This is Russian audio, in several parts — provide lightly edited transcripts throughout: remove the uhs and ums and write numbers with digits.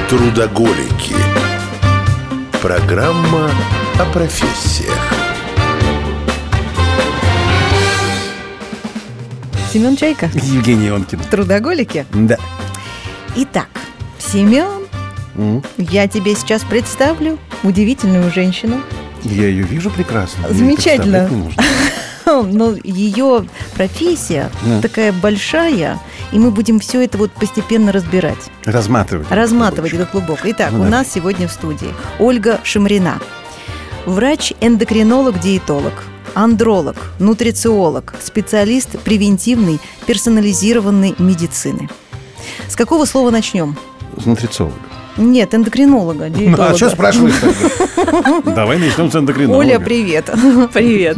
Трудоголики. Программа о профессиях. Семен Чайка. Евгений Ионкин. Трудоголики. Да. Итак, Семен, я тебе сейчас представлю удивительную женщину. Я ее вижу прекрасно. Замечательно. Но ее профессия такая большая, и мы будем все это вот постепенно разбирать. Разматывать этот клубок. Итак, у нас сегодня в студии Ольга Шамрина, врач-эндокринолог-диетолог, андролог, нутрициолог, специалист превентивной персонализированной медицины. С какого слова начнем? С нутрициолога. Нет, эндокринолога, диетолога. А что спрашиваешь тогда? Давай начнем с эндокринолога. Оля, привет. Привет.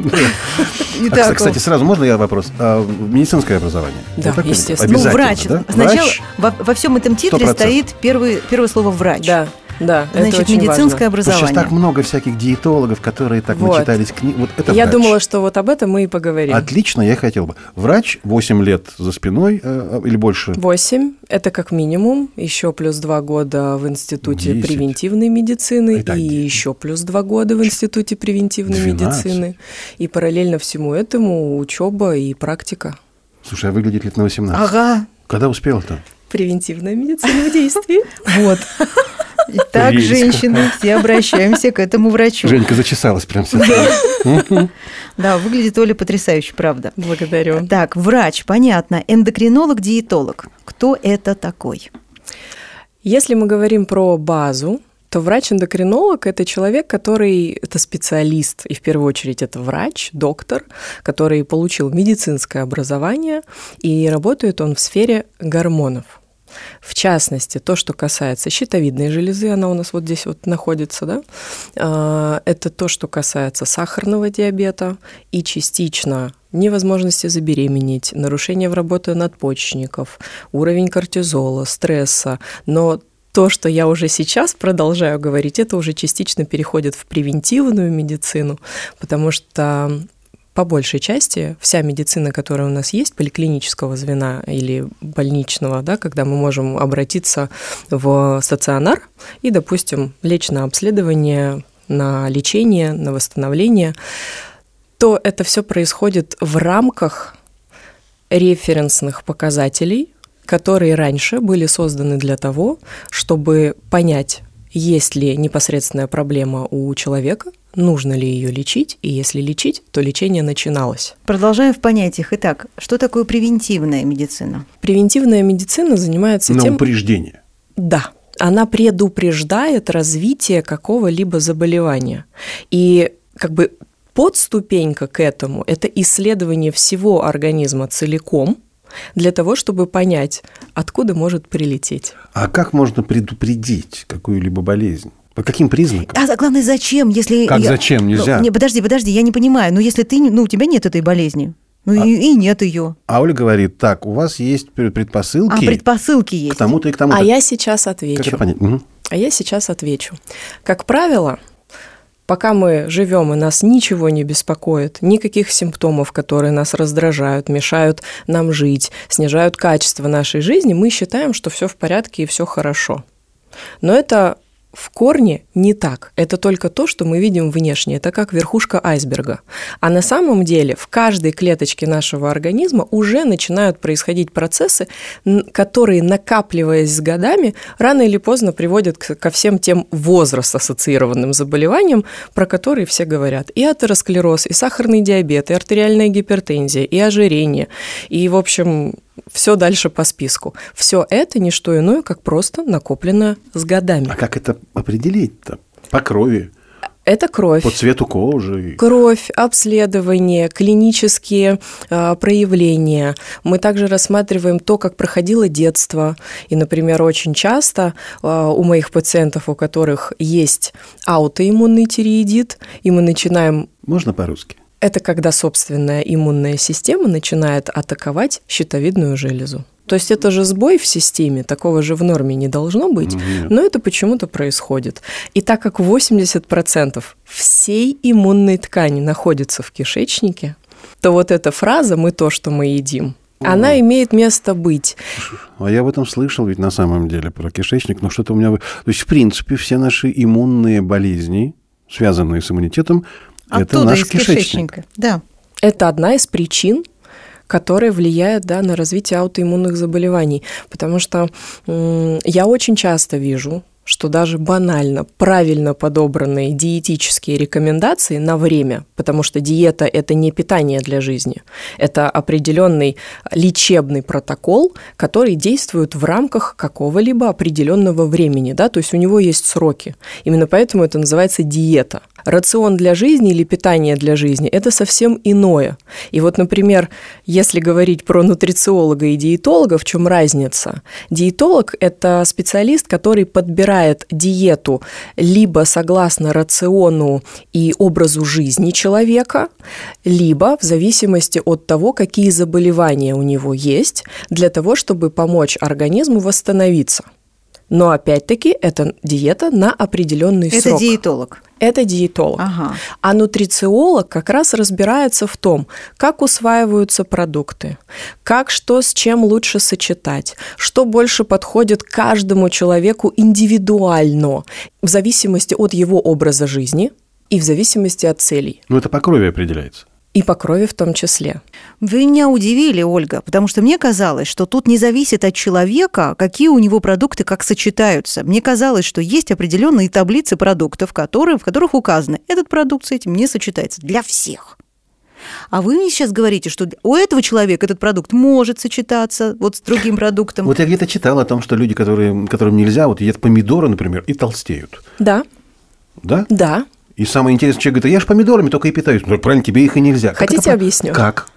Кстати, сразу можно я вопрос? Медицинское образование? Да, естественно. Ну, врач. Сначала во всем этом титле стоит первое слово «врач». Да, значит, это очень медицинское важно. образование. Сейчас так много всяких диетологов, которые так начитались книг. Вот это я врач. думала, что вот об этом мы и поговорим. Отлично, я хотел бы. Врач, 8 лет за спиной или больше? 8, это как минимум. Еще плюс 2 года в Институте 10. превентивной медицины. Итак, и еще плюс 2 года в Институте превентивной 12. медицины. И параллельно всему этому учеба и практика. Слушай, а выглядит лет на 18. Ага. Когда успела-то? Превентивная медицина в действии. Вот. Итак, женщины, все обращаемся к этому врачу. Женька зачесалась прям сейчас. Да, выглядит Оля потрясающе, правда. Благодарю. Так, врач, понятно. Эндокринолог-диетолог. Кто это такой? Если мы говорим про базу, то врач-эндокринолог – это человек, это специалист, и в первую очередь это врач, доктор, который получил медицинское образование, и работает он в сфере гормонов. В частности, то, что касается щитовидной железы, она у нас вот здесь вот находится, да, это то, что касается сахарного диабета и частично невозможности забеременеть, нарушение в работе надпочечников, уровень кортизола, стресса, но то, что я уже сейчас продолжаю говорить, это уже частично переходит в превентивную медицину, потому что по большей части вся медицина, которая у нас есть, поликлинического звена или больничного, да, когда мы можем обратиться в стационар и, допустим, лечь на обследование, на лечение, на восстановление, то это все происходит в рамках референсных показателей, которые раньше были созданы для того, чтобы понять, есть ли непосредственная проблема у человека, нужно ли ее лечить, и если лечить, то лечение начиналось. Продолжаем в понятиях. Итак, что такое превентивная медицина? Превентивная медицина занимается тем... На упреждение. Да. Она предупреждает развитие какого-либо заболевания. И как бы подступенька к этому – это исследование всего организма целиком, для того, чтобы понять, откуда может прилететь. А как можно предупредить какую-либо болезнь? По каким признакам? А главное, зачем? Если зачем? Нельзя. Подожди, я не понимаю. Но если у тебя нет этой болезни, и нет ее. А Оля говорит, так, у вас есть предпосылки. Предпосылки есть. К тому-то и к тому-то. А я сейчас отвечу. Как это понять? Угу. Как правило, пока мы живем и нас ничего не беспокоит, никаких симптомов, которые нас раздражают, мешают нам жить, снижают качество нашей жизни, мы считаем, что все в порядке и все хорошо. Но это в корне не так. Это только то, что мы видим внешне. Это как верхушка айсберга. А на самом деле в каждой клеточке нашего организма уже начинают происходить процессы, которые, накапливаясь с годами, рано или поздно приводят ко всем тем возраст-ассоциированным заболеваниям, про которые все говорят. И атеросклероз, и сахарный диабет, и артериальная гипертензия, и ожирение, и, в общем, все дальше по списку. Все это не что иное, как просто накоплено с годами. А как это определить-то? По крови? Это кровь. По цвету кожи? Кровь, обследование, клинические проявления. Мы также рассматриваем то, как проходило детство. И, например, очень часто у моих пациентов, у которых есть аутоиммунный тиреоидит, и мы начинаем... Можно по-русски? Это когда собственная иммунная система начинает атаковать щитовидную железу. То есть это же сбой в системе, такого же в норме не должно быть, но это почему-то происходит. И так как 80% всей иммунной ткани находится в кишечнике, то вот эта фраза «мы то, что мы едим», Она имеет место быть. А я об этом слышал ведь на самом деле про кишечник, но что-то у меня... То есть, в принципе, все наши иммунные болезни, связанные с иммунитетом, это наш кишечник. Да. Это одна из причин, которые влияют, на развитие аутоиммунных заболеваний. Потому что я очень часто вижу, что даже банально, правильно подобранные диетические рекомендации на время, потому что диета – это не питание для жизни, это определенный лечебный протокол, который действует в рамках какого-либо определенного времени, то есть у него есть сроки. Именно поэтому это называется диета. Рацион для жизни или питание для жизни – это совсем иное. И вот, например, если говорить про нутрициолога и диетолога, в чем разница? Диетолог – это специалист, который подбирает диету либо согласно рациону и образу жизни человека, либо в зависимости от того, какие заболевания у него есть, для того, чтобы помочь организму восстановиться. Но опять-таки это диета на определенный срок. Это диетолог. Это диетолог. Ага. А нутрициолог как раз разбирается в том, как усваиваются продукты, как что с чем лучше сочетать, что больше подходит каждому человеку индивидуально, в зависимости от его образа жизни и в зависимости от целей. Ну, это по крови определяется. И по крови в том числе. Вы меня удивили, Ольга, потому что мне казалось, что тут не зависит от человека, какие у него продукты как сочетаются. Мне казалось, что есть определенные таблицы продуктов, в которых указано, этот продукт с этим не сочетается для всех. А вы мне сейчас говорите, что у этого человека этот продукт может сочетаться вот с другим продуктом. Вот я где-то читал о том, что люди, которым нельзя, вот едят помидоры, например, и толстеют. Да. Да? Да. И самое интересное, человек говорит, я же помидорами только и питаюсь. Ну, правильно, тебе их и нельзя. Хотите, объясню? Как?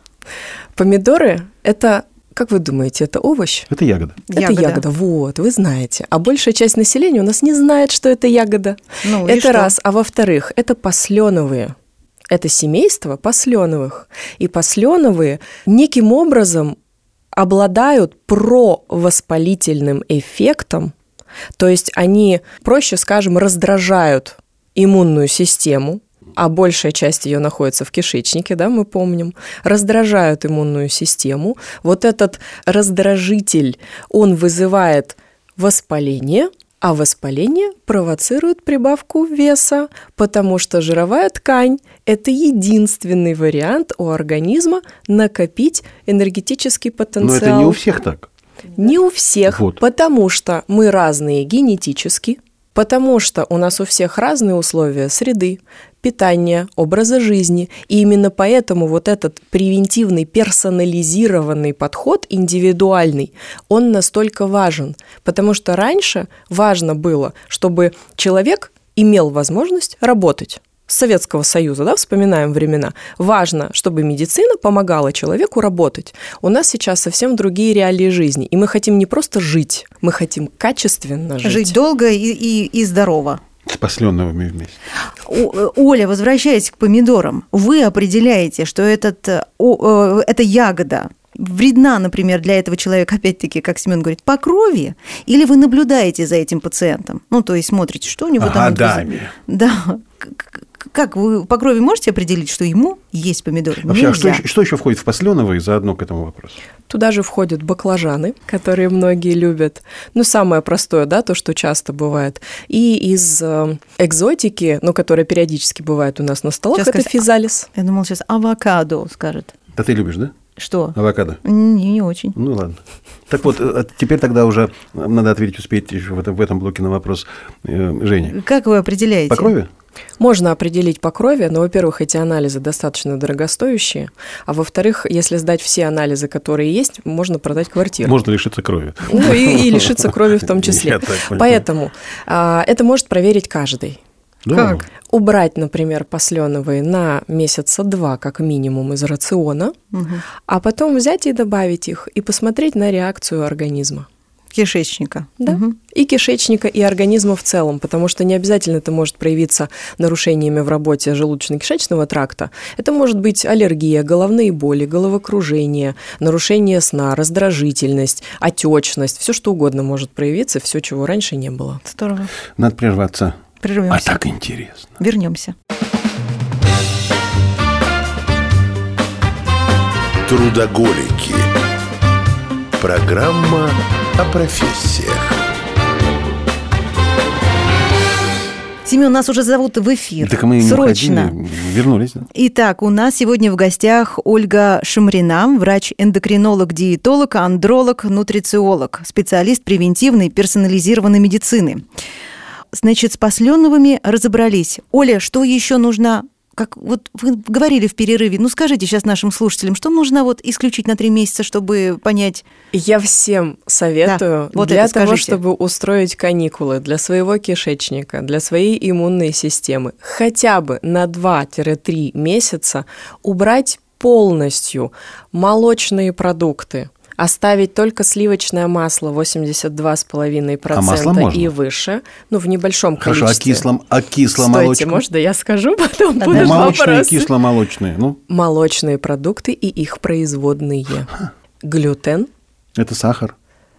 Помидоры – это, как вы думаете, это овощ? Это ягода. Это ягода, вот, вы знаете. А большая часть населения у нас не знает, что это ягода. Ну, это раз. А во-вторых, это посленовые. Это семейство посленовых. И посленовые неким образом обладают провоспалительным эффектом, то есть они, проще скажем, раздражают иммунную систему, а большая часть ее находится в кишечнике, мы помним, раздражают иммунную систему. Вот этот раздражитель, он вызывает воспаление, а воспаление провоцирует прибавку веса, потому что жировая ткань – это единственный вариант у организма накопить энергетический потенциал. Но это не у всех так. Не у всех, вот. Потому что мы разные генетически, потому что у нас у всех разные условия среды, питания, образа жизни. И именно поэтому вот этот превентивный, персонализированный подход, индивидуальный, он настолько важен. Потому что раньше важно было, чтобы человек имел возможность работать. С Советского Союза, вспоминаем времена. Важно, чтобы медицина помогала человеку работать. У нас сейчас совсем другие реалии жизни. И мы хотим не просто жить, мы хотим качественно жить. Жить долго и здорово. С посленовыми вместе. Оля, возвращаясь к помидорам, вы определяете, что эта ягода вредна, например, для этого человека, опять-таки, как Семен говорит, по крови, или вы наблюдаете за этим пациентом? Ну, то есть смотрите, что у него там... Годами. Да. Как вы по крови можете определить, что ему есть помидоры? Вообще, нельзя? А что еще входит в посленовые заодно к этому вопросу? Туда же входят баклажаны, которые многие любят. Самое простое, то, что часто бывает. И из экзотики, которая периодически бывает у нас на столах, сейчас это физалис. Я думала, сейчас авокадо скажет. Да ты любишь, да? Что? Авокадо? Не очень. Ну, ладно. Так вот, теперь тогда уже надо ответить, успеть еще в этом блоке на вопрос Жени. Как вы определяете? По крови? Можно определить по крови, но, во-первых, эти анализы достаточно дорогостоящие, а во-вторых, если сдать все анализы, которые есть, можно продать квартиру. Можно лишиться крови. И лишиться крови в том числе. Поэтому это может проверить каждый. Да. Как? Убрать, например, посленовые на месяца 2 как минимум из рациона, а потом взять и добавить их, и посмотреть на реакцию организма. Кишечника. Да, и кишечника, и организма в целом, потому что не обязательно это может проявиться нарушениями в работе желудочно-кишечного тракта. Это может быть аллергия, головные боли, головокружение, нарушение сна, раздражительность, отечность, все что угодно может проявиться, все, чего раньше не было. Здорово. Надо прерваться. Прервемся. А так интересно. Вернемся. Трудоголики. Программа о профессиях. Семен, нас уже зовут в эфир. Так мы срочно. Не уходили, вернулись. Да? Итак, у нас сегодня в гостях Ольга Шамрина, врач-эндокринолог, диетолог, андролог, нутрициолог, специалист превентивной персонализированной медицины. Значит, с посленовыми разобрались. Оля, что еще нужно? Как вот вы говорили в перерыве, скажите сейчас нашим слушателям, что нужно вот исключить на 3 месяца, чтобы понять? Я всем советую для того, чтобы устроить каникулы для своего кишечника, для своей иммунной системы, хотя бы на 2-3 месяца убрать полностью молочные продукты, оставить только сливочное масло 82,5% и выше, в небольшом количестве. Хорошо, а кисломолочное? Стойте, можно я скажу, потом будут молочные, вопросы. Кисломолочные, Молочные продукты и их производные. Глютен. Это сахар?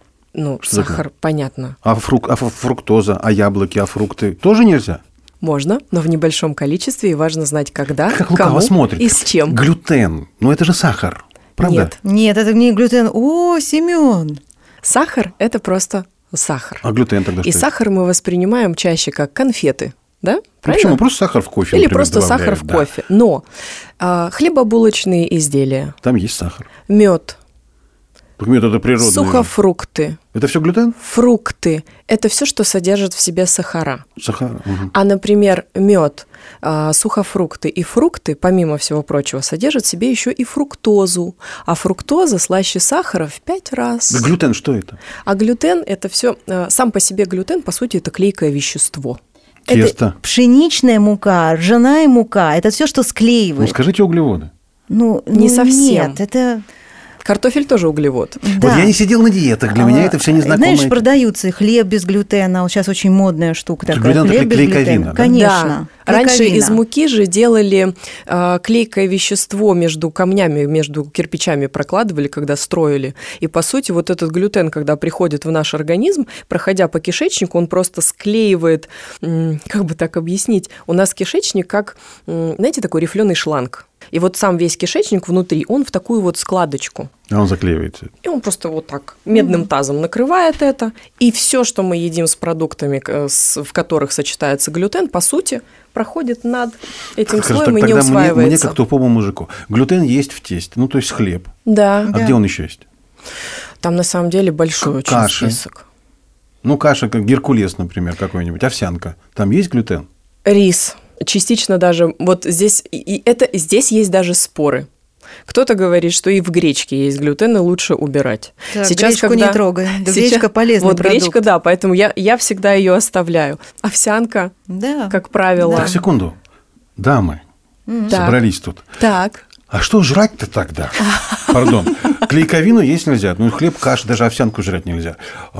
Сахар, такое? Понятно. А фруктоза, а яблоки, а фрукты тоже нельзя? Можно, но в небольшом количестве, и важно знать, когда, как кому смотрит. И с чем. Глютен, это же сахар. Правда? Нет, это не глютен. О, Семен! Сахар – это просто сахар. А глютен тогда что? И сахар мы воспринимаем чаще как конфеты, да? Правильно? Почему? Просто сахар в кофе, или например, просто сахар в кофе. Но хлебобулочные изделия. Там есть сахар. Мед. Мед – это природный. Сухофрукты. Это все глютен? Фрукты – это все, что содержит в себе сахара. Сахара. Угу. А, например, мед, сухофрукты и фрукты, помимо всего прочего, содержат в себе еще и фруктозу. А фруктоза слаще сахара в 5 раз. А глютен что это? А глютен – это все, сам по себе глютен, по сути, это клейкое вещество. Тесто. Это пшеничная мука, ржаная мука – это все, что склеивает. Скажите углеводы. Не совсем. Нет, это... Картофель тоже углевод. Да. Вот я не сидел на диетах, для меня это все незнакомое. Знаешь, продаются хлеб без глютена, сейчас очень модная штука такая. Глютен хлеб без клейковина, глютена. Конечно. Да. Раньше из муки же делали клейкое вещество между камнями, между кирпичами прокладывали, когда строили. И, по сути, вот этот глютен, когда приходит в наш организм, проходя по кишечнику, он просто склеивает, как бы так объяснить, у нас кишечник как, знаете, такой рифленый шланг. И вот сам весь кишечник внутри, он в такую вот складочку. А он заклеивается. И он просто вот так медным тазом накрывает это. И все, что мы едим с продуктами, в которых сочетается глютен, по сути, проходит над этим слоем и не усваивается. Мне как тупому мужику. Глютен есть в тесте, то есть хлеб. Да. А где он еще есть? Там на самом деле большой очень список. Каша, как Геркулес, например, какой-нибудь, овсянка. Там есть глютен? Рис. Частично даже вот здесь, здесь есть даже споры. Кто-то говорит, что и в гречке есть глютен, и лучше убирать. Так, сейчас, гречку не трогай. Гречка полезный продукт. Гречка, да, поэтому я всегда ее оставляю. Овсянка, как правило. Так, секунду. Дамы, собрались тут. Так. А что жрать-то тогда? Пардон. Клейковину есть нельзя. Хлеб, кашу, даже овсянку жрать нельзя.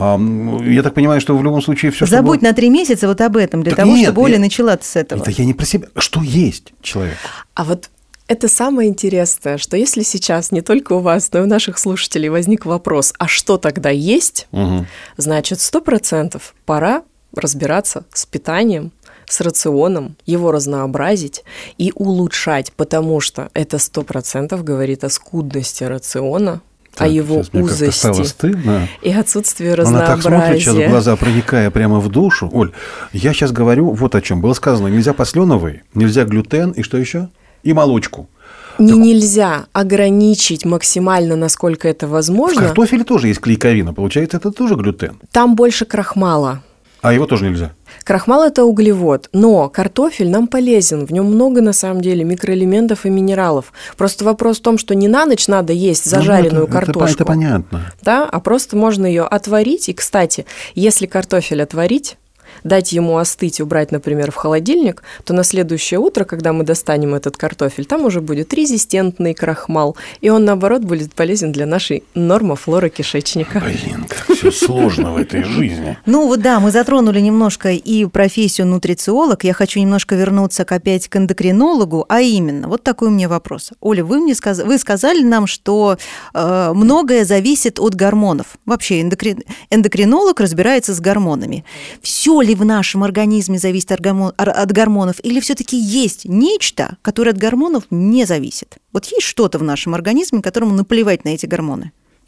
Я так понимаю, что в любом случае все, Забудь на 3 месяца вот об этом, для того, чтобы Оля начала с этого. Это я не про себя. Что есть человек? А вот это самое интересное, что если сейчас не только у вас, но и у наших слушателей возник вопрос, а что тогда есть, значит, 100% пора разбираться с питанием, с рационом, его разнообразить и улучшать, потому что это 100% говорит о скудности рациона, о его узости и отсутствии разнообразия. Она так смотрит сейчас в глаза, проникая прямо в душу. Оль, я сейчас говорю вот о чем. Было сказано, нельзя посленовый, нельзя глютен и что еще? И молочку. Нельзя ограничить максимально, насколько это возможно. В картофеле тоже есть клейковина, получается, это тоже глютен. Там больше крахмала. А его тоже нельзя? Крахмал – это углевод, но картофель нам полезен, в нем много, на самом деле, микроэлементов и минералов. Просто вопрос в том, что не на ночь надо есть зажаренную картошку. Это понятно. Да, а просто можно ее отварить. И, кстати, если картофель отварить, дать ему остыть, убрать, например, в холодильник, то на следующее утро, когда мы достанем этот картофель, там уже будет резистентный крахмал, и он, наоборот, будет полезен для нашей нормофлоры кишечника. Блин, как все сложно в этой жизни. Мы затронули немножко и профессию нутрициолог. Я хочу немножко вернуться опять к эндокринологу, а именно, вот такой у меня вопрос. Оля, вы сказали нам, что многое зависит от гормонов. Вообще эндокринолог разбирается с гормонами. Все ли в нашем организме зависит от гормонов, или все-таки есть нечто, которое от гормонов не зависит? Вот есть что-то в нашем организме, которому наплевать на эти гормоны?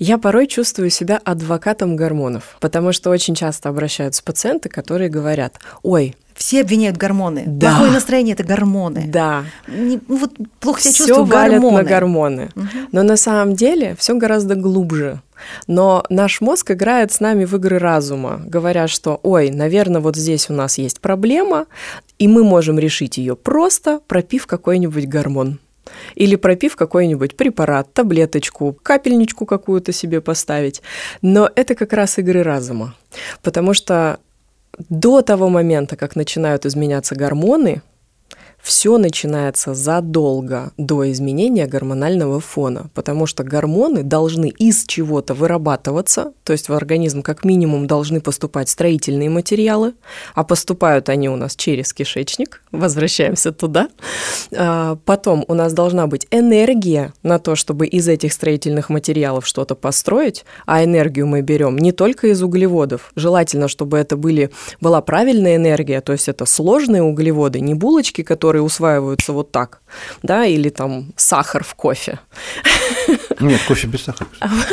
Я порой чувствую себя адвокатом гормонов, потому что очень часто обращаются пациенты, которые говорят: ой, все обвиняют гормоны. Да. Плохое настроение – это гормоны. Да. Вот плохо себя Всё чувствую, валят гормоны. на гормоны. Но на самом деле все гораздо глубже. Но наш мозг играет с нами в игры разума, говоря, что, ой, наверное, вот здесь у нас есть проблема, и мы можем решить ее просто, пропив какой-нибудь гормон. Или пропив какой-нибудь препарат, таблеточку, капельничку какую-то себе поставить. Но это как раз игры разума. Потому что до того момента, как начинают изменяться гормоны, все начинается задолго до изменения гормонального фона, потому что гормоны должны из чего-то вырабатываться, то есть в организм как минимум должны поступать строительные материалы, а поступают они у нас через кишечник, возвращаемся туда. Потом у нас должна быть энергия на то, чтобы из этих строительных материалов что-то построить, а энергию мы берем не только из углеводов, желательно, чтобы это была правильная энергия, то есть это сложные углеводы, не булочки, которые усваиваются вот так, да, или там сахар в кофе. Нет, кофе без сахара.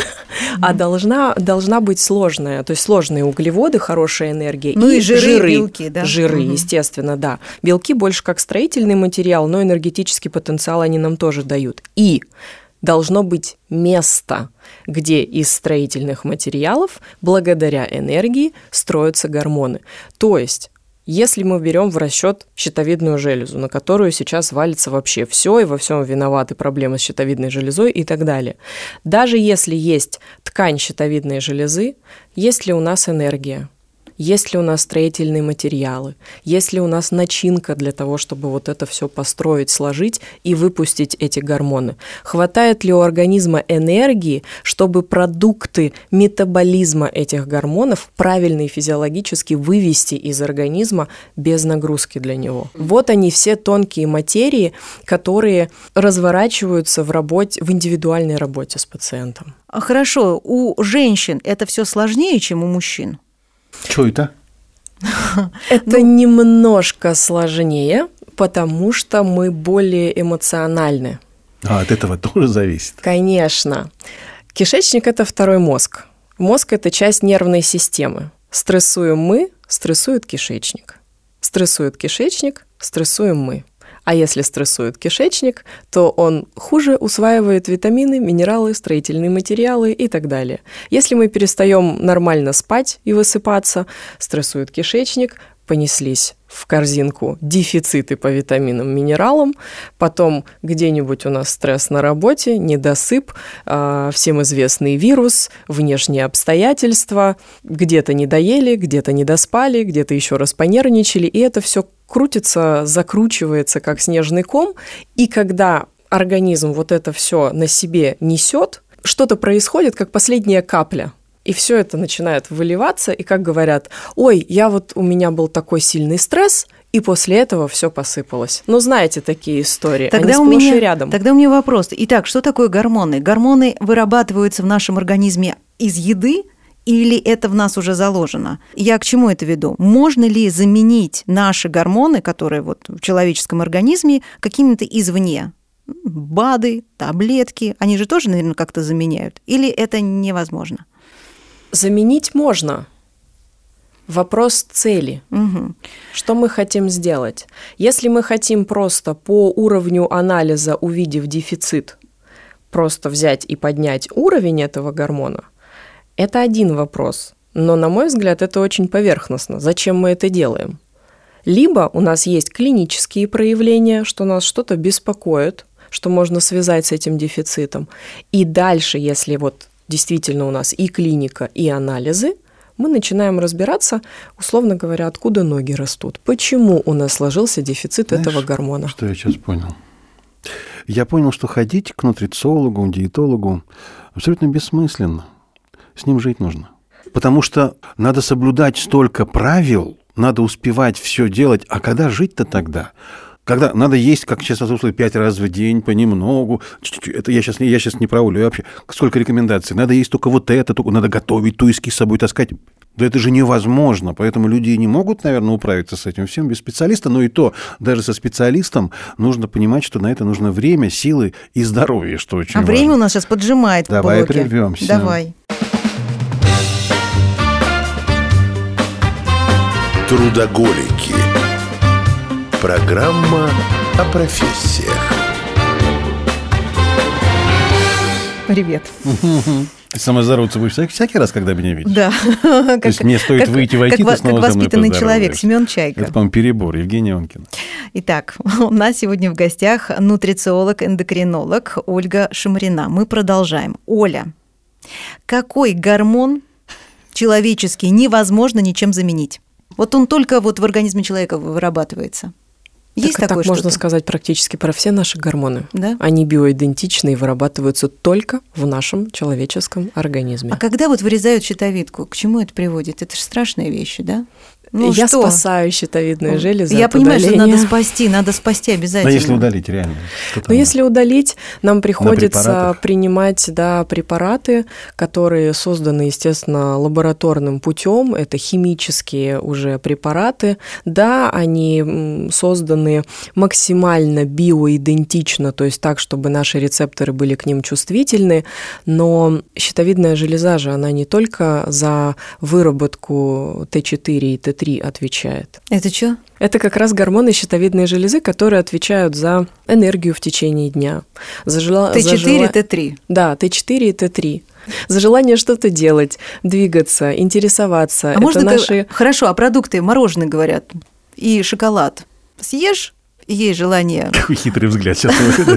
А должна быть сложная, то есть сложные углеводы, хорошая энергия. Ну и жиры, белки, да. Жиры, естественно, да. Белки больше как строительный материал, но энергетический потенциал они нам тоже дают. И должно быть место, где из строительных материалов, благодаря энергии, строятся гормоны. То есть если мы берем в расчет щитовидную железу, на которую сейчас валится вообще все, и во всем виноваты проблемы с щитовидной железой и так далее. Даже если есть ткань щитовидной железы, есть ли у нас энергия? Есть ли у нас строительные материалы? Есть ли у нас начинка для того, чтобы вот это все построить, сложить и выпустить эти гормоны? Хватает ли у организма энергии, чтобы продукты метаболизма этих гормонов правильно и физиологически вывести из организма без нагрузки для него? Вот они все тонкие материи, которые разворачиваются в индивидуальной работе с пациентом. Хорошо, у женщин это все сложнее, чем у мужчин? Что это? Это немножко сложнее, потому что мы более эмоциональны. А от этого тоже зависит? Конечно. Кишечник – это второй мозг. Мозг – это часть нервной системы. Стрессуем мы, стрессует кишечник. Стрессует кишечник, стрессуем мы. А если стрессует кишечник, то он хуже усваивает витамины, минералы, строительные материалы и так далее. Если мы перестаем нормально спать и высыпаться, стрессует кишечник, понеслись в корзинку дефициты по витаминам, минералам, потом где-нибудь у нас стресс на работе, недосып, всем известный вирус, внешние обстоятельства, где-то не доели, где-то не доспали, где-то еще раз понервничали, и это все крутится, закручивается, как снежный ком, и когда организм вот это все на себе несет, что-то происходит, как последняя капля. И все это начинает выливаться, и как говорят: ой, у меня был такой сильный стресс, и после этого все посыпалось. Ну, знаете такие истории, они сплошь и рядом. Тогда у меня вопрос. Итак, что такое гормоны? Гормоны вырабатываются в нашем организме из еды, или это в нас уже заложено? Я к чему это веду? Можно ли заменить наши гормоны, которые в человеческом организме, какими-то извне? БАДы, таблетки, они же тоже, наверное, как-то заменяют? Или это невозможно? Заменить можно. Вопрос цели. Угу. Что мы хотим сделать? Если мы хотим просто по уровню анализа, увидев дефицит, просто взять и поднять уровень этого гормона, это один вопрос. Но, на мой взгляд, это очень поверхностно. Зачем мы это делаем? Либо у нас есть клинические проявления, что нас что-то беспокоит, что можно связать с этим дефицитом. И дальше, если действительно у нас и клиника, и анализы, мы начинаем разбираться, условно говоря, откуда ноги растут. Почему у нас сложился дефицит этого гормона? Что я сейчас понял? Я понял, что ходить к нутрициологу, диетологу абсолютно бессмысленно. С ним жить нужно. Потому что надо соблюдать столько правил, надо успевать все делать. А когда жить-то тогда? Когда надо есть, как сейчас услышали, 5 раз в день, понемногу. Это я сейчас не про Олю, вообще. Сколько рекомендаций. Надо есть только это, только надо готовить, туиски с собой таскать. Да это же невозможно. Поэтому люди не могут, наверное, управиться с этим всем без специалиста. Но и то, даже со специалистом нужно понимать, что на это нужно время, силы и здоровье, что очень важно. Время у нас сейчас поджимает в Давай блоке. прервемся. Давай. Трудоголики. Программа о профессиях. Привет. Ты самоздороваться будешь всякий раз, когда меня видишь? Да. То есть мне стоит выйти, войти, ты снова как со мной воспитанный человек, поздороваешься. Семен Чайка. Это, по-моему, перебор. Евгения Онкина. Итак, у нас сегодня в гостях нутрициолог-эндокринолог Ольга Шамрина. Мы продолжаем. Оля, какой гормон человеческий невозможно ничем заменить? Вот он только вот в организме человека вырабатывается. Есть так такое можно что-то? сказать практически про все наши гормоны. Да? Они биоидентичны и вырабатываются только в нашем человеческом организме. А когда вот вырезают щитовидку, к чему это приводит? Это же страшные вещи, да? Ну, я что? спасаю щитовидную железу Я от понимаю, удаления. что надо спасти обязательно. Но если удалить, реально. Но если удалить, нам приходится препаратах? принимать препараты, которые созданы, естественно, лабораторным путем. Это химические уже препараты. Да, они созданы максимально биоидентично, то есть так, чтобы наши рецепторы были к ним чувствительны. Но щитовидная железа же, она не только за выработку Т4 и Т3 отвечает. Это что? Это как раз гормоны щитовидной железы, которые отвечают за энергию в течение дня. Т4, Т3. Да, Т4 и Т3. За желание что-то делать, двигаться, интересоваться. А можно Хорошо, а продукты, мороженое, говорят, и шоколад. Съешь, и есть желание. Какой хитрый взгляд сейчас.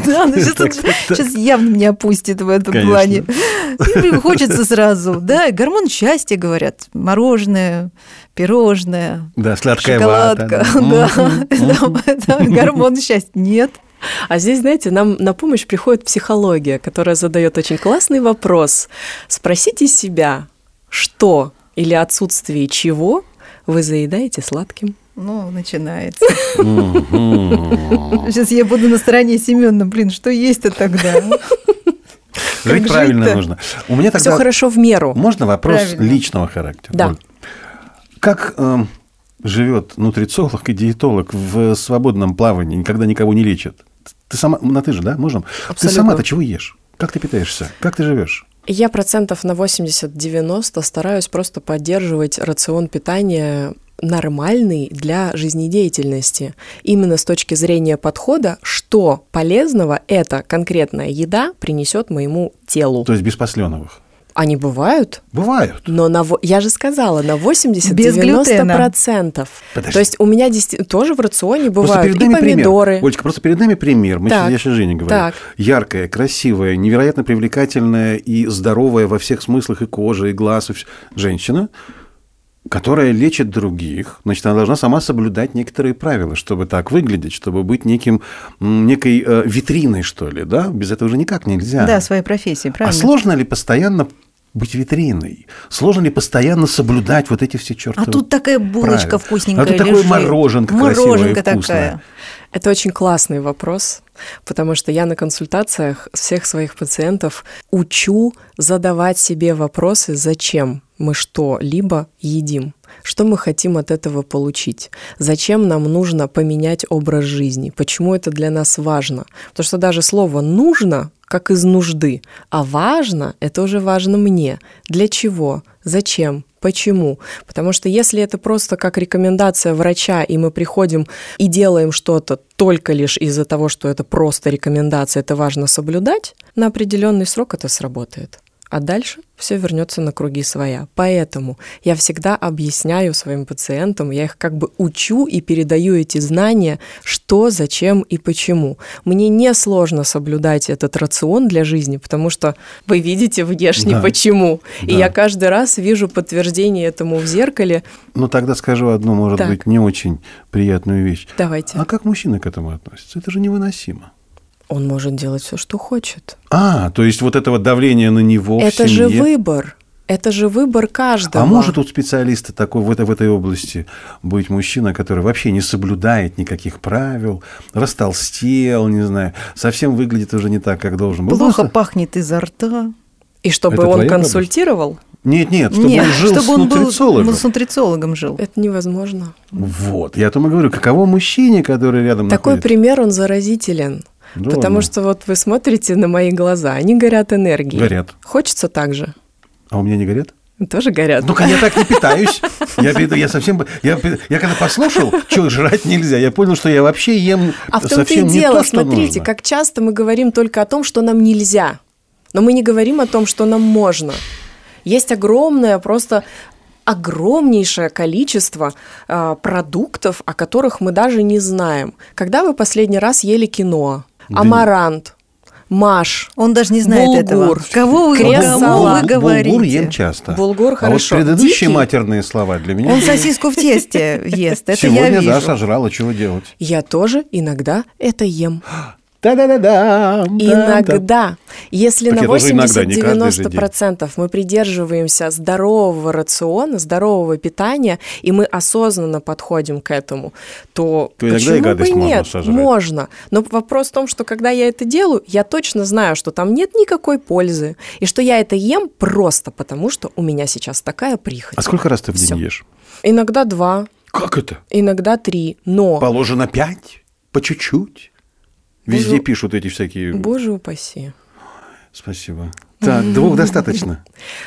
Сейчас явно меня опустит в этом плане. И хочется сразу. Да, гормон счастья, говорят. Мороженое, пирожное, Да, сладкая шоколадка. вата. Да, это гормон счастья. Нет. А здесь, знаете, нам на помощь приходит психология, которая задает очень классный вопрос. Спросите себя, что или отсутствие чего вы заедаете сладким? Ну, начинается. Сейчас я буду на стороне Семёна. Блин, что есть-то тогда? Жить правильно нужно. У меня тогда... Все хорошо в меру. Можно вопрос Правильно. личного характера? Да. Оль? Как живет нутрициолог и диетолог в свободном плавании, никогда никого не лечит? Ты сама, ты же, да, можем? Абсолютно. Ты сама-то чего ешь? Как ты питаешься? Как ты живешь? Я 80% стараюсь просто поддерживать рацион питания нормальный для жизнедеятельности. Именно с точки зрения подхода, что полезного эта конкретная еда принесет моему телу. То есть без посленовых? Они бывают? Бывают. Но я же сказала, на 80-90%. Без глютена. Подожди. То есть у меня тоже в рационе Просто бывают перед и нами помидоры. пример. Олечка, просто перед нами пример. Я сейчас Жене говорю. Так. Яркая, красивая, невероятно привлекательная и здоровая во всех смыслах и кожа, и глаз, и женщина, которая лечит других, значит, она должна сама соблюдать некоторые правила, чтобы так выглядеть, чтобы быть некой витриной, что ли, да? Без этого уже никак нельзя. Да, своей профессии, правильно. А сложно ли постоянно быть витриной? Сложно ли постоянно соблюдать вот эти все чертовы А тут такая булочка правила? вкусненькая А тут такое лежит. мороженка красивое и вкусное. такая. Это очень классный вопрос, потому что я на консультациях всех своих пациентов учу задавать себе вопросы, зачем мы что-либо едим, что мы хотим от этого получить, зачем нам нужно поменять образ жизни, почему это для нас важно. Потому что даже слово «нужно» как из нужды, а важно — это уже важно мне. Для чего? Зачем? Почему? Потому что если это просто как рекомендация врача, и мы приходим и делаем что-то только лишь из-за того, что это просто рекомендация, это важно соблюдать, на определенный срок это сработает. А дальше все вернется на круги своя. Поэтому я всегда объясняю своим пациентам, я их как бы учу и передаю эти знания, что, зачем и почему. Мне не сложно соблюдать этот рацион для жизни, потому что вы видите внешне, почему. Да. И я каждый раз вижу подтверждение этому в зеркале. Ну, тогда скажу одну, может быть, не очень приятную вещь. Давайте. А как мужчина к этому относится? Это же невыносимо. Он может делать все, что хочет. То есть вот это вот давление на него это в семье. же выбор. Это же выбор каждого. А может у специалиста такой в этой области быть мужчина, который вообще не соблюдает никаких правил, растолстел, не знаю, совсем выглядит уже не так, как должен был. Плохо пахнет изо рта. И чтобы это он консультировал? Нет, чтобы он жил с нутрициологом. С нутрициологом жил. Это невозможно. Вот, я о том и говорю, каково мужчине, который рядом Такой находится? пример, он заразителен. Да Потому ладно. что вот вы смотрите на мои глаза, они горят энергией. Горят. Хочется так же? А у меня не горят? Тоже горят. Ну-ка, я так не питаюсь. Я совсем... Я когда послушал, что жрать нельзя, я понял, что я вообще ем А в том-то и совсем не дело, то, что смотрите, нужно. как часто мы говорим только о том, что нам нельзя. Но мы не говорим о том, что нам можно. Есть огромное, просто огромнейшее количество продуктов, о которых мы даже не знаем. Когда вы последний раз ели киноа, амарант, маш, Он даже не знает булгур, этого. Кого вы крест-салат. говорите? Булгур ем часто. Булгур А вот хорошо. предыдущие Дикий? матерные слова для меня... Он были- сосиску в тесте ест, это я Сегодня, вижу. да, сожрала, чего делать? Я тоже иногда это ем. Да-да-да-да. Иногда. Если Так на я тоже иногда, не каждый же день. 80-90% мы придерживаемся здорового рациона, здорового питания, и мы осознанно подходим к этому, то иногда и почему бы гадость можно нет? сожрать. Можно. Но вопрос в том, что когда я это делаю, я точно знаю, что там нет никакой пользы, и что я это ем просто потому, что у меня сейчас такая прихоть. А сколько раз ты в день Всё. ешь? Иногда 2, Как это? иногда 3, но... Положено 5? По чуть-чуть? Везде Боже- пишут эти всякие... Боже упаси. Спасибо. Так, 2 достаточно.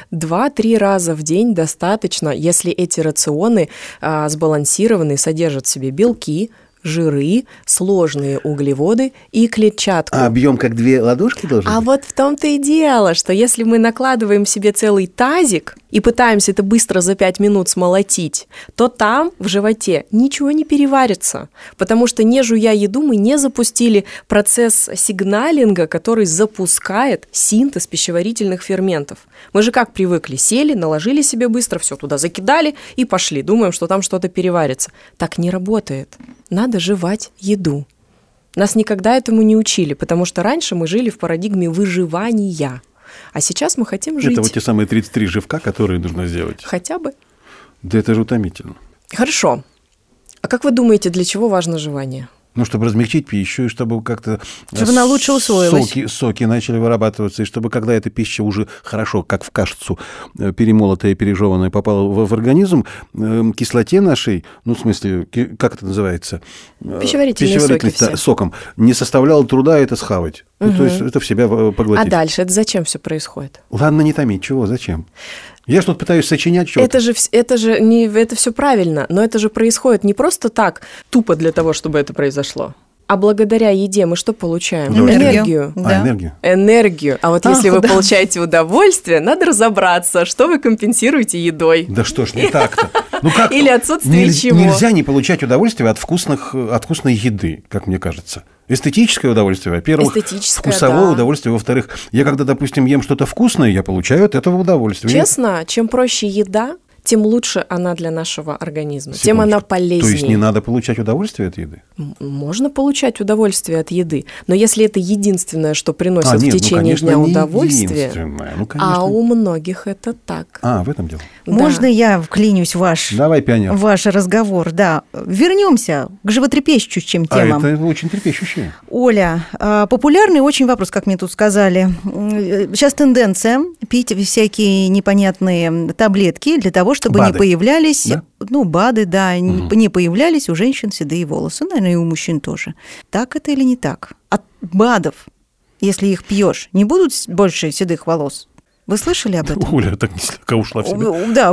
2-3 раза в день достаточно, если эти рационы сбалансированы, содержат в себе белки, жиры, сложные углеводы и клетчатку. А объем как 2 ладошки должен А быть? вот в том-то и дело, что если мы накладываем себе целый тазик и пытаемся это быстро за 5 минут смолотить, то там, в животе, ничего не переварится, потому что, не жуя еду, мы не запустили процесс сигналинга, который запускает синтез пищеварительных ферментов. Мы же как привыкли, сели, наложили себе быстро, все туда закидали и пошли, думаем, что там что-то переварится. Так не работает. Надо жевать еду. Нас никогда этому не учили, потому что раньше мы жили в парадигме выживания, а сейчас мы хотим жить. Это вот те самые 33 живка, которые нужно сделать. Хотя бы. Да это же утомительно. Хорошо. А как вы думаете, для чего важно жевание? Ну, чтобы размягчить пищу, и чтобы как-то... Чтобы она лучше усвоилась. Соки начали вырабатываться, и чтобы, когда эта пища уже хорошо, как в кашицу, перемолотая и пережеванная, попала в организм, кислоте нашей, ну, в смысле, как это называется? Пищеварительные соки все. Соком, не составляло труда это схавать. Ну, то есть это в себя поглотить. А дальше это зачем все происходит? Ладно, не томить, чего, зачем? Я ж тут пытаюсь сочинять что-то. Это все правильно, но это же происходит не просто так, тупо для того, чтобы это произошло. А благодаря еде мы что получаем? Энергию. Да. Энергию. Энергию. А вот если вы да. получаете удовольствие, надо разобраться, что вы компенсируете едой. Да что ж не так-то? Ну как? Или отсутствие чего. Нельзя не получать удовольствие от вкусной еды, как мне кажется. Эстетическое удовольствие, во-первых. Эстетическое, Вкусовое да. удовольствие, во-вторых. Я когда, допустим, ем что-то вкусное, я получаю от этого удовольствие. Честно, чем проще еда, тем лучше она для нашего организма, тем она Секундочку. полезнее. То есть не надо получать удовольствие от еды? Можно получать удовольствие от еды, но если это единственное, что приносит в Нет, течение конечно, дня не удовольствие, единственное. Ну, конечно. а у многих это так. В этом дело. Можно Да. я вклинюсь в Давай, пионер. ваш разговор? Да. Вернемся к животрепещущим темам. Это очень трепещущее. Оля, популярный очень вопрос, как мне тут сказали. Сейчас тенденция пить всякие непонятные таблетки для того, чтобы БАДы. не появлялись, Да? БАДы, да, не появлялись у женщин седые волосы, наверное, и у мужчин тоже. Так это или не так? От БАДов, если их пьешь, не будут больше седых волос? Вы слышали об этом? Оля так не слегка ушла в себя. Да,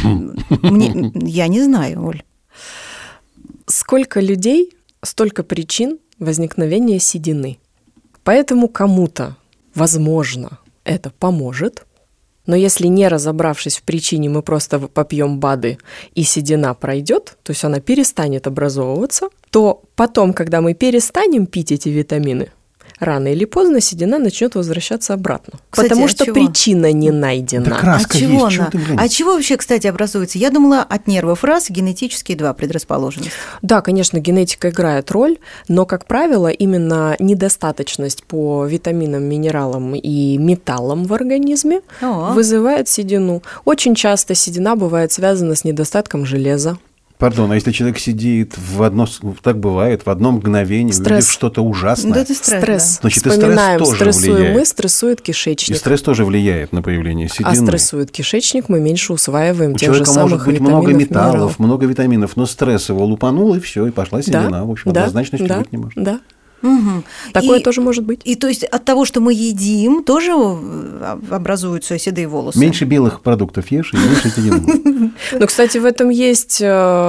я не знаю, Оль. Сколько людей, столько причин возникновения седины. Поэтому кому-то, возможно, это поможет, но если не разобравшись в причине, мы просто попьем БАДы и седина пройдет, то есть она перестанет образовываться, то потом, когда мы перестанем пить эти витамины, рано или поздно седина начнет возвращаться обратно. Кстати, потому от что чего? причина не найдена. Да краска От чего есть, чего она? ты глянешь? От чего вообще, кстати, образуется? Я думала, от нервов раз, генетические два предрасположенность. Да, конечно, генетика играет роль, но, как правило, именно недостаточность по витаминам, минералам и металлам в организме вызывает седину. Очень часто седина бывает связана с недостатком железа. Пардон, а если человек сидит так бывает, в одно мгновение, увидев что-то ужасное? Да, это стресс. Да. Значит, Вспоминаем, и стресс тоже стрессуем влияет. мы, стрессует кишечник. И стресс тоже влияет на появление седины. А стрессует кишечник, мы меньше усваиваем У тех же человека самых может быть витаминов, много металлов, минералов. много витаминов, но стресс его лупанул, и все, и пошла седина. В общем, однозначности быть не может. Да. Угу. Такое тоже может быть. И то есть от того, что мы едим, тоже образуются седые волосы? Меньше белых продуктов ешь, и меньше седины. Ну, кстати, в этом есть...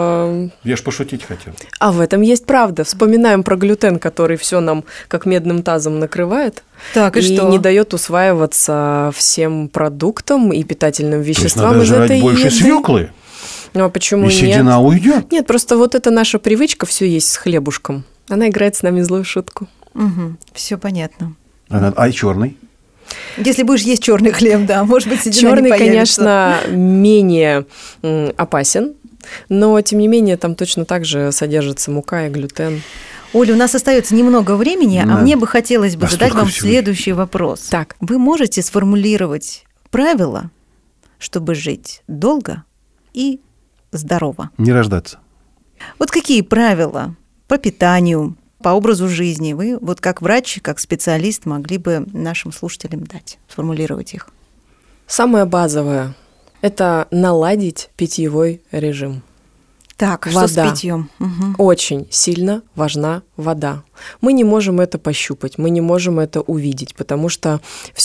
Я ж пошутить хотел. А в этом есть правда. Вспоминаем про глютен, который все нам как медным тазом накрывает. Так, и что? Не дает усваиваться всем продуктам и питательным веществам То есть из надо этой жрать больше еды. свеклы? Ну, а почему И нет? седина уйдет? Нет, просто вот это наша привычка все есть с хлебушком. Она играет с нами злую шутку. Угу. Все понятно. А и черный? Если будешь есть черный хлеб, да, может быть, седина Черный, не появится. конечно, менее опасен, но тем не менее там точно так же содержится мука и глютен. Оля, у нас остается немного времени, а мне бы хотелось бы задать вам всего. следующий вопрос. Так. Вы можете сформулировать правила, чтобы жить долго и здорово? Не рождаться. Вот какие правила по питанию, по образу жизни вы, вот как врач, как специалист, могли бы нашим слушателям дать, сформулировать их? Самое базовое – это наладить питьевой режим. Так, вода. что с питьем? Угу. Очень сильно важна вода. Мы не можем это пощупать, мы не можем это увидеть, потому что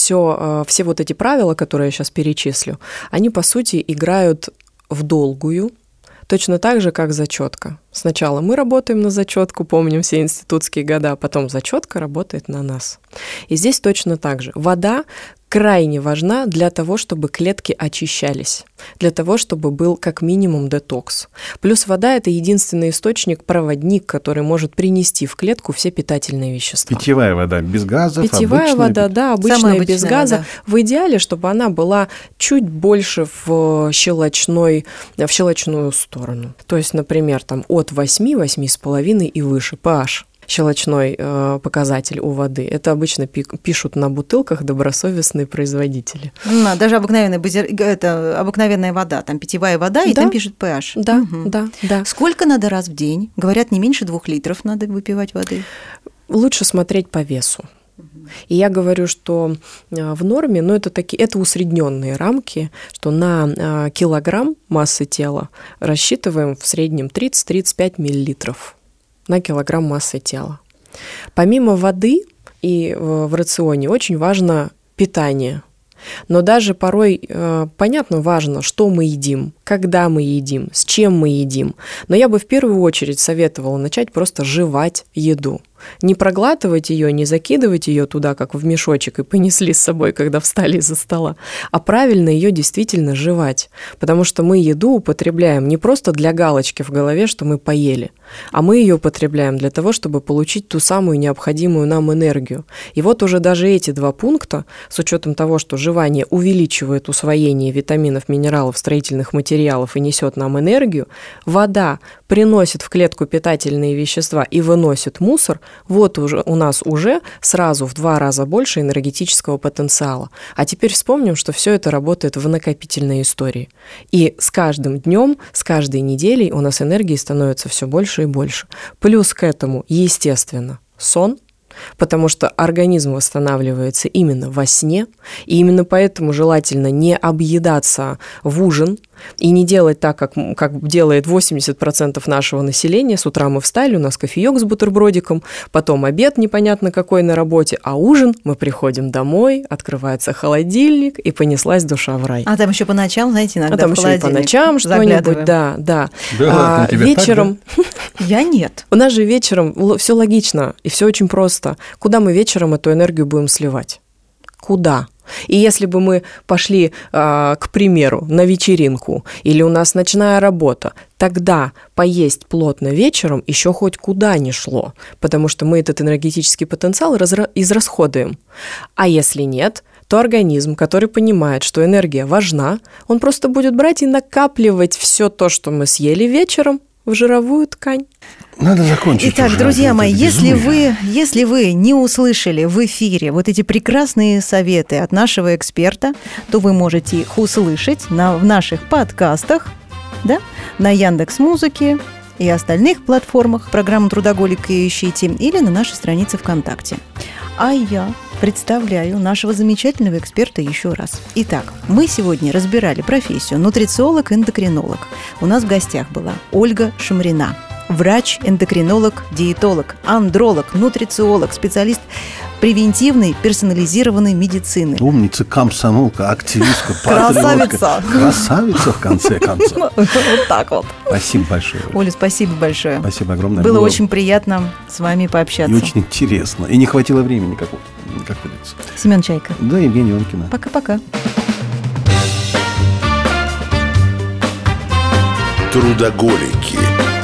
все вот эти правила, которые я сейчас перечислю, они, по сути, играют в долгую, точно так же, как зачетка. Сначала мы работаем на зачетку, помним все институтские года, а потом зачетка работает на нас. И здесь точно так же. Вода крайне важна для того, чтобы клетки очищались, для того, чтобы был как минимум детокс. Плюс вода – это единственный источник, проводник, который может принести в клетку все питательные вещества. Питьевая вода без газов, Питьевая вода, да, обычная без газа. Вода. В идеале, чтобы она была чуть больше в щелочную сторону. То есть, например, там от 8, 8,5 и выше, pH. Щелочной показатель у воды. Это обычно пишут на бутылках добросовестные производители. Даже обыкновенная вода, там питьевая вода, и там пишут pH. Да, угу. да. Сколько надо раз в день? Говорят, не меньше 2 литров надо выпивать воды. Lучше смотреть по весу. И я говорю, что в норме, но это усредненные рамки, что на килограмм массы тела рассчитываем в среднем 30-35 миллилитров на килограмм массы тела. Помимо воды и в рационе очень важно питание. Но даже порой, понятно, важно, что мы едим, когда мы едим, с чем мы едим. Но я бы в первую очередь советовала начать просто жевать еду. Не проглатывать ее, не закидывать ее туда, как в мешочек, и понесли с собой, когда встали из-за стола, а правильно ее действительно жевать. Потому что мы еду употребляем не просто для галочки в голове, что мы поели, а мы ее употребляем для того, чтобы получить ту самую необходимую нам энергию. И вот уже даже эти 2 пункта, с учетом того, что жевание увеличивает усвоение витаминов, минералов, строительных материалов и несет нам энергию, вода приносит в клетку питательные вещества и выносит мусор, вот уже у нас уже сразу в 2 раза больше энергетического потенциала. А теперь вспомним, что все это работает в накопительной истории. И с каждым днем, с каждой неделей у нас энергии становится все больше и больше. Плюс к этому, естественно, сон, потому что организм восстанавливается именно во сне, и именно поэтому желательно не объедаться в ужин и не делать так, как делает 80% нашего населения. С утра мы встали, у нас кофеек с бутербродиком, потом обед непонятно какой на работе, а ужин мы приходим домой, открывается холодильник, и понеслась душа в рай. А там еще по ночам, знаете, иногда а там в еще и по ночам что-нибудь, да. Да ладно, тебе вечером... так, да? Я нет. У нас же вечером все логично, и все очень просто. Куда мы вечером эту энергию будем сливать? Куда? И если бы мы пошли, к примеру, на вечеринку, или у нас ночная работа, тогда поесть плотно вечером еще хоть куда ни шло, потому что мы этот энергетический потенциал израсходуем. А если нет, то организм, который понимает, что энергия важна, он просто будет брать и накапливать все то, что мы съели вечером, в жировую ткань. Надо закончить. Итак, уже. друзья мои, если безумие. вы не услышали в эфире вот эти прекрасные советы от нашего эксперта, то вы можете их услышать в наших подкастах да, на Яндекс.Музыке и остальных платформах программу «Трудоголик» ищите или на нашей странице ВКонтакте. А я представляю нашего замечательного эксперта еще раз. Итак, мы сегодня разбирали профессию нутрициолог-эндокринолог. У нас в гостях была Ольга Шамрина, врач, эндокринолог, диетолог, андролог, нутрициолог, специалист превентивной персонализированной медицины. Умница, комсомолка, активистка, красавица. Красавица, в конце концов. Вот так вот. Спасибо большое. Оля, спасибо большое. Спасибо огромное. Было очень приятно с вами пообщаться. И очень интересно. И не хватило времени, как говорится. Семен Чайка. Да, Евгения Онкина. Пока-пока. Трудоголики.